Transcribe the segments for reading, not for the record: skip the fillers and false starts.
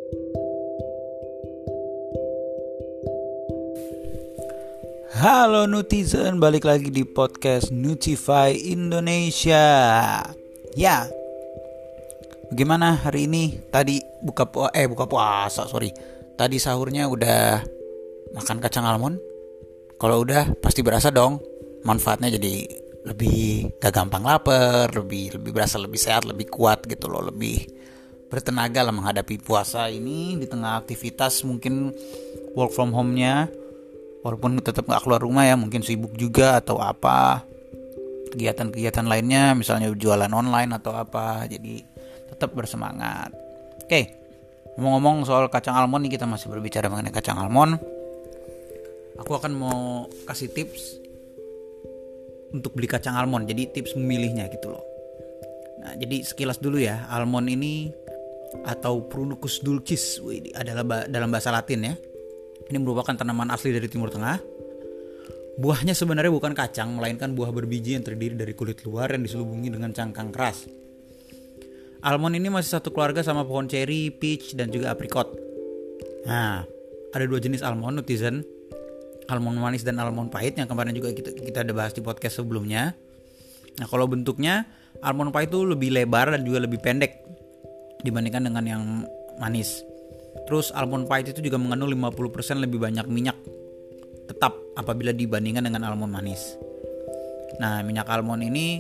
Halo netizen, balik lagi di podcast Nutify Indonesia. Ya, bagaimana hari ini? Tadi buka puasa. Tadi sahurnya udah makan kacang almond? Kalau udah pasti berasa dong. Manfaatnya jadi lebih gak gampang lapar, lebih berasa lebih sehat, lebih kuat gitu loh, lebih bertenaga lah menghadapi puasa ini di tengah aktivitas mungkin work from home-nya. Walaupun tetap gak keluar rumah ya, mungkin sibuk juga atau apa, kegiatan-kegiatan lainnya misalnya jualan online atau apa, jadi tetap bersemangat. Oke, ngomong-ngomong soal kacang almond nih, kita masih berbicara mengenai kacang almond. Aku akan mau kasih tips untuk beli kacang almond, jadi tips memilihnya gitu loh. Nah, jadi sekilas dulu ya, almond ini atau Prunucus dulcis adalah dalam bahasa Latin ya. Ini merupakan tanaman asli dari Timur Tengah. Buahnya sebenarnya bukan kacang, melainkan buah berbiji yang terdiri dari kulit luar yang diselubungi dengan cangkang keras. Almond ini masih satu keluarga sama pohon ceri, peach, dan juga aprikot. Nah, ada dua jenis almond, netizen. Almond manis dan almond pahit yang kemarin juga kita ada bahas di podcast sebelumnya. Nah, kalau bentuknya, almond pahit itu lebih lebar dan juga lebih pendek dibandingkan dengan yang manis. Terus almond pahit itu juga mengandung 50% lebih banyak minyak tetap apabila dibandingkan dengan almond manis. Nah, minyak almond ini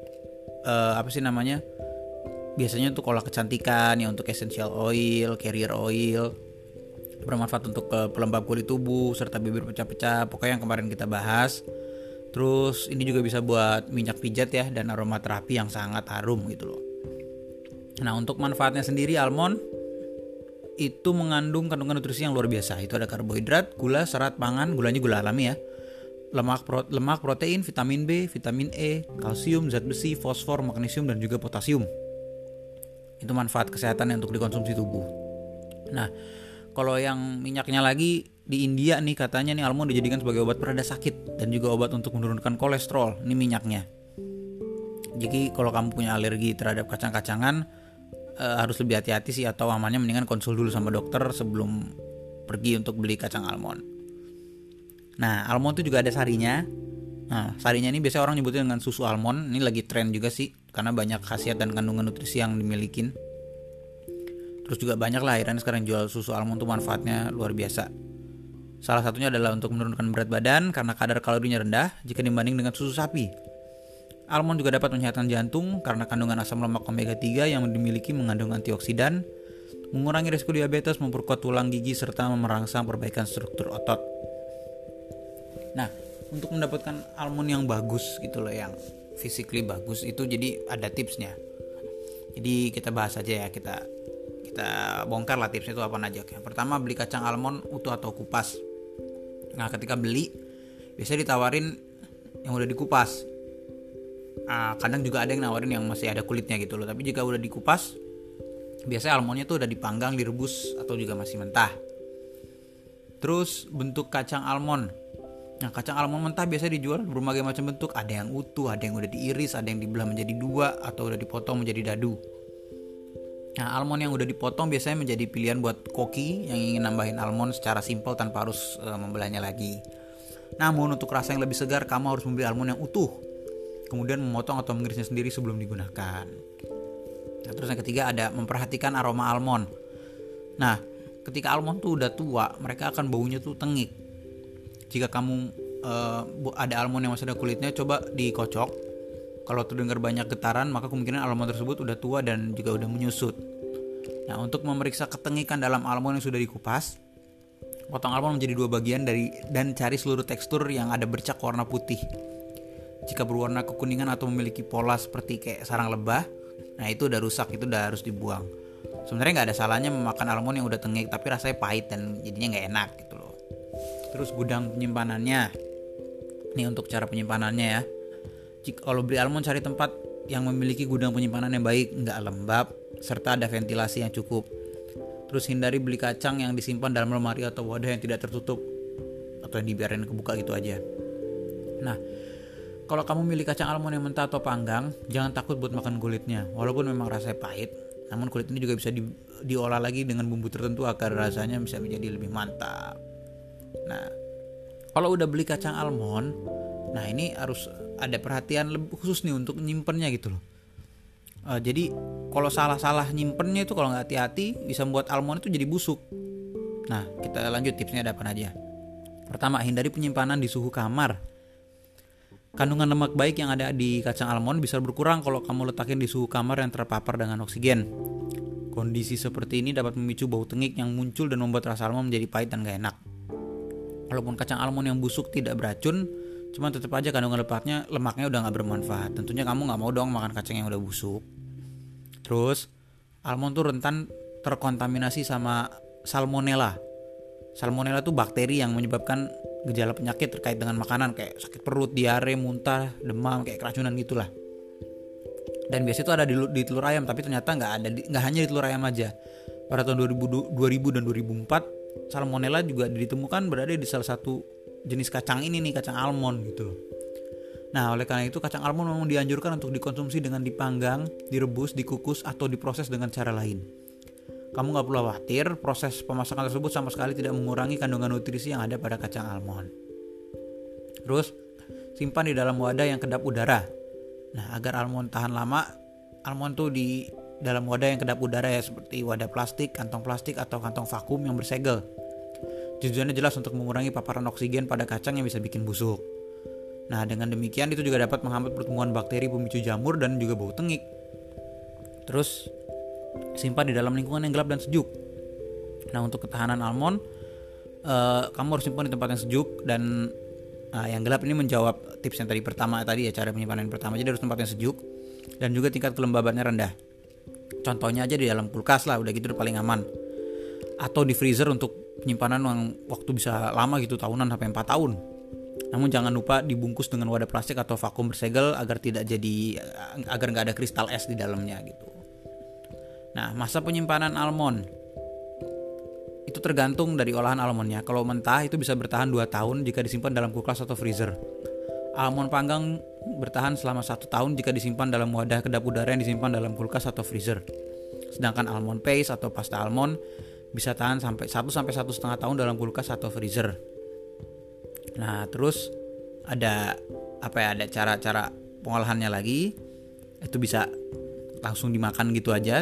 biasanya untuk olah kecantikan ya, untuk essential oil, carrier oil, bermanfaat untuk pelembab kulit tubuh serta bibir pecah-pecah, pokoknya yang kemarin kita bahas. Terus ini juga bisa buat minyak pijat ya, dan aromaterapi yang sangat harum gitu loh. Nah, untuk manfaatnya sendiri, almond itu mengandung kandungan nutrisi yang luar biasa. Itu ada karbohidrat, gula, serat pangan, gulanya gula alami ya, lemak, protein, vitamin B, vitamin E, kalsium, zat besi, fosfor, magnesium, dan juga potasium. Itu manfaat kesehatan untuk dikonsumsi tubuh. Nah, kalau yang minyaknya lagi, di India nih katanya nih almond dijadikan sebagai obat pereda sakit dan juga obat untuk menurunkan kolesterol. Ini minyaknya. Jadi kalau kamu punya alergi terhadap kacang-kacangan, harus lebih hati-hati sih, atau amannya mendingan konsul dulu sama dokter sebelum pergi untuk beli kacang almond. Nah, almond itu juga ada sarinya. Nah, sarinya ini biasanya orang nyebutnya dengan susu almond. Ini lagi tren juga sih, karena banyak khasiat dan kandungan nutrisi yang dimiliki. Terus juga banyak lah akhirnya sekarang jual susu almond tuh, manfaatnya luar biasa. Salah satunya adalah untuk menurunkan berat badan karena kadar kalorinya rendah jika dibanding dengan susu sapi. Almond juga dapat menyehatkan jantung karena kandungan asam lemak omega 3 yang dimiliki mengandung antioksidan, mengurangi risiko diabetes, memperkuat tulang gigi, serta merangsang perbaikan struktur otot. Nah, untuk mendapatkan almond yang bagus gitu loh, yang physically bagus itu, jadi ada tipsnya. Jadi kita bahas aja ya, kita bongkar lah tipsnya itu apa aja. Yang pertama, beli kacang almond utuh atau kupas. Nah, ketika beli biasanya ditawarin yang udah dikupas. Kadang juga ada yang nawarin yang masih ada kulitnya gitu loh. Tapi jika udah dikupas, biasanya almondnya tuh udah dipanggang, direbus, atau juga masih mentah. Terus bentuk kacang almond. Nah, kacang almond mentah biasanya dijual berbagai macam bentuk. Ada yang utuh, ada yang udah diiris, ada yang dibelah menjadi dua, atau udah dipotong menjadi dadu. Nah, almond yang udah dipotong biasanya menjadi pilihan buat koki yang ingin nambahin almond secara simpel tanpa harus membelahnya lagi. Namun untuk rasa yang lebih segar, kamu harus membeli almond yang utuh, kemudian memotong atau mengirisnya sendiri sebelum digunakan. Nah, terus yang ketiga ada memperhatikan aroma almond. Nah, ketika almond tuh udah tua, mereka akan baunya tuh tengik. Jika kamu ada almond yang masih ada kulitnya, coba dikocok. Kalau terdengar banyak getaran, maka kemungkinan almond tersebut udah tua dan juga udah menyusut. Nah, untuk memeriksa ketengikan dalam almond yang sudah dikupas, potong almond menjadi dua bagian dan cari seluruh tekstur yang ada bercak warna putih. Jika berwarna kekuningan atau memiliki pola seperti kayak sarang lebah, nah itu udah rusak, itu udah harus dibuang. Sebenarnya nggak ada salahnya memakan almond yang udah tengik, tapi rasanya pahit dan jadinya nggak enak gitu loh. Terus gudang penyimpanannya, ini untuk cara penyimpanannya ya. Kalau beli almond, cari tempat yang memiliki gudang penyimpanan yang baik, nggak lembab, serta ada ventilasi yang cukup. Terus hindari beli kacang yang disimpan dalam lemari atau wadah yang tidak tertutup, atau yang dibiarin kebuka gitu aja. Nah, kalau kamu milih kacang almond yang mentah atau panggang, jangan takut buat makan kulitnya. Walaupun memang rasanya pahit, Namun kulit ini juga bisa diolah lagi dengan bumbu tertentu agar rasanya bisa menjadi lebih mantap. Nah, kalau udah beli kacang almond, nah ini harus ada perhatian lebih khusus nih untuk nyimpennya gitu loh. Jadi kalau salah-salah nyimpennya itu, kalau nggak hati-hati bisa membuat almond itu jadi busuk. Nah, kita lanjut tipsnya ada apa aja. Pertama, hindari penyimpanan di suhu kamar. Kandungan lemak baik yang ada di kacang almond bisa berkurang kalau kamu letakin di suhu kamar yang terpapar dengan oksigen. Kondisi seperti ini dapat memicu bau tengik yang muncul dan membuat rasa almond menjadi pahit dan gak enak. Walaupun kacang almond yang busuk tidak beracun, cuma tetap aja kandungan lemaknya udah gak bermanfaat. Tentunya kamu gak mau dong makan kacang yang udah busuk. Terus, almond tuh rentan terkontaminasi sama salmonella. Salmonella tuh bakteri yang menyebabkan gejala penyakit terkait dengan makanan kayak sakit perut, diare, muntah, demam, kayak keracunan gitulah. Dan biasanya itu ada di telur ayam, tapi ternyata nggak hanya di telur ayam aja. Pada tahun 2000 dan 2004, salmonella juga ditemukan berada di salah satu jenis kacang ini nih, kacang almond gitu loh. Nah, oleh karena itu kacang almond memang dianjurkan untuk dikonsumsi dengan dipanggang, direbus, dikukus, atau diproses dengan cara lain. Kamu gak perlu khawatir, proses pemasakan tersebut sama sekali tidak mengurangi kandungan nutrisi yang ada pada kacang almond. Terus, simpan di dalam wadah yang kedap udara. Nah, agar almond tahan lama, almond tuh di dalam wadah yang kedap udara ya, seperti wadah plastik, kantong plastik, atau kantong vakum yang bersegel. Tujuannya jelas untuk mengurangi paparan oksigen pada kacang yang bisa bikin busuk. Nah, dengan demikian itu juga dapat menghambat pertumbuhan bakteri pemicu jamur dan juga bau tengik. Terus, simpan di dalam lingkungan yang gelap dan sejuk. Nah, untuk ketahanan almond, kamu harus simpan di tempat yang sejuk dan yang gelap. Ini menjawab tips yang pertama tadi ya, cara penyimpanan yang pertama. Jadi harus tempat yang sejuk dan juga tingkat kelembabannya rendah. Contohnya aja di dalam kulkas lah, udah gitu udah paling aman. Atau di freezer untuk penyimpanan yang waktu bisa lama gitu, tahunan sampai 4 tahun. Namun jangan lupa dibungkus dengan wadah plastik atau vakum bersegel agar nggak ada kristal es di dalamnya gitu. Nah, masa penyimpanan almond itu tergantung dari olahan almondnya. Kalau mentah itu bisa bertahan 2 tahun jika disimpan dalam kulkas atau freezer. Almond panggang bertahan selama 1 tahun jika disimpan dalam wadah kedap udara yang disimpan dalam kulkas atau freezer. Sedangkan almond paste atau pasta almond bisa tahan sampai 1-1,5 tahun dalam kulkas atau freezer. Nah, terus ada cara-cara pengolahannya lagi. Itu bisa langsung dimakan gitu aja.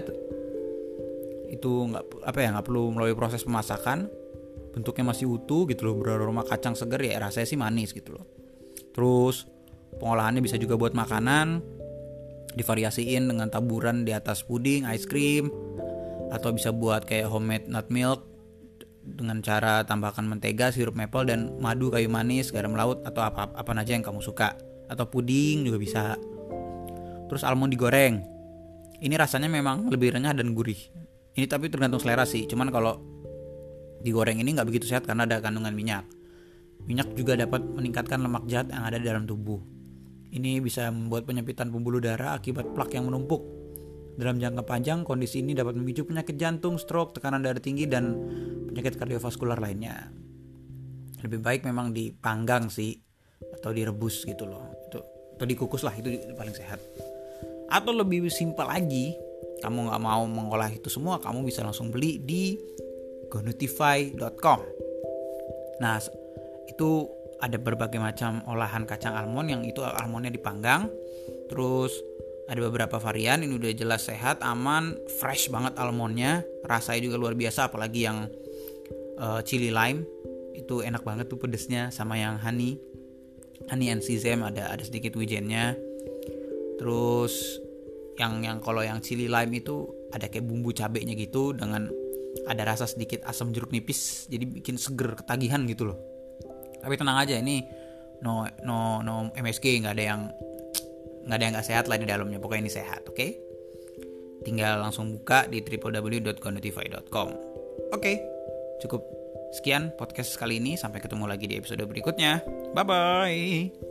Itu nggak perlu melalui proses pemasakan, bentuknya masih utuh gitu loh, beraroma kacang segar ya, rasanya sih manis gitu loh. Terus pengolahannya bisa juga buat makanan, divariasiin dengan taburan di atas puding, ice cream, atau bisa buat kayak homemade nut milk dengan cara tambahkan mentega, sirup maple dan madu kayu manis, garam laut atau apa aja yang kamu suka, atau puding juga bisa. Terus almond digoreng, ini rasanya memang lebih renyah dan gurih. Ini tapi tergantung selera sih. Cuman kalau digoreng ini nggak begitu sehat karena ada kandungan minyak. Minyak juga dapat meningkatkan lemak jahat yang ada di dalam tubuh. Ini bisa membuat penyempitan pembuluh darah akibat plak yang menumpuk. Dalam jangka panjang, kondisi ini dapat memicu penyakit jantung, stroke, tekanan darah tinggi, dan penyakit kardiovaskular lainnya. Lebih baik memang dipanggang sih, atau direbus gitu loh. Atau dikukus lah, itu paling sehat. Atau lebih simpel lagi, kamu gak mau mengolah itu semua, kamu bisa langsung beli di gonutify.com. Nah, itu ada berbagai macam olahan kacang almond yang itu almondnya dipanggang. Terus ada beberapa varian, ini udah jelas sehat, aman, fresh banget almondnya. Rasanya juga luar biasa, apalagi yang chili lime. Itu enak banget tuh pedesnya, sama yang honey and sesame ada sedikit wijennya. Terus yang kalau yang chili lime itu ada kayak bumbu cabenya gitu dengan ada rasa sedikit asam jeruk nipis, jadi bikin seger, ketagihan gitu loh. Tapi tenang aja, ini no MSG, nggak ada yang nggak sehat lah di dalamnya. Pokoknya ini sehat, oke? Tinggal langsung buka di www.gonutify.com. Oke, cukup sekian podcast kali ini. Sampai ketemu lagi di episode berikutnya. Bye bye.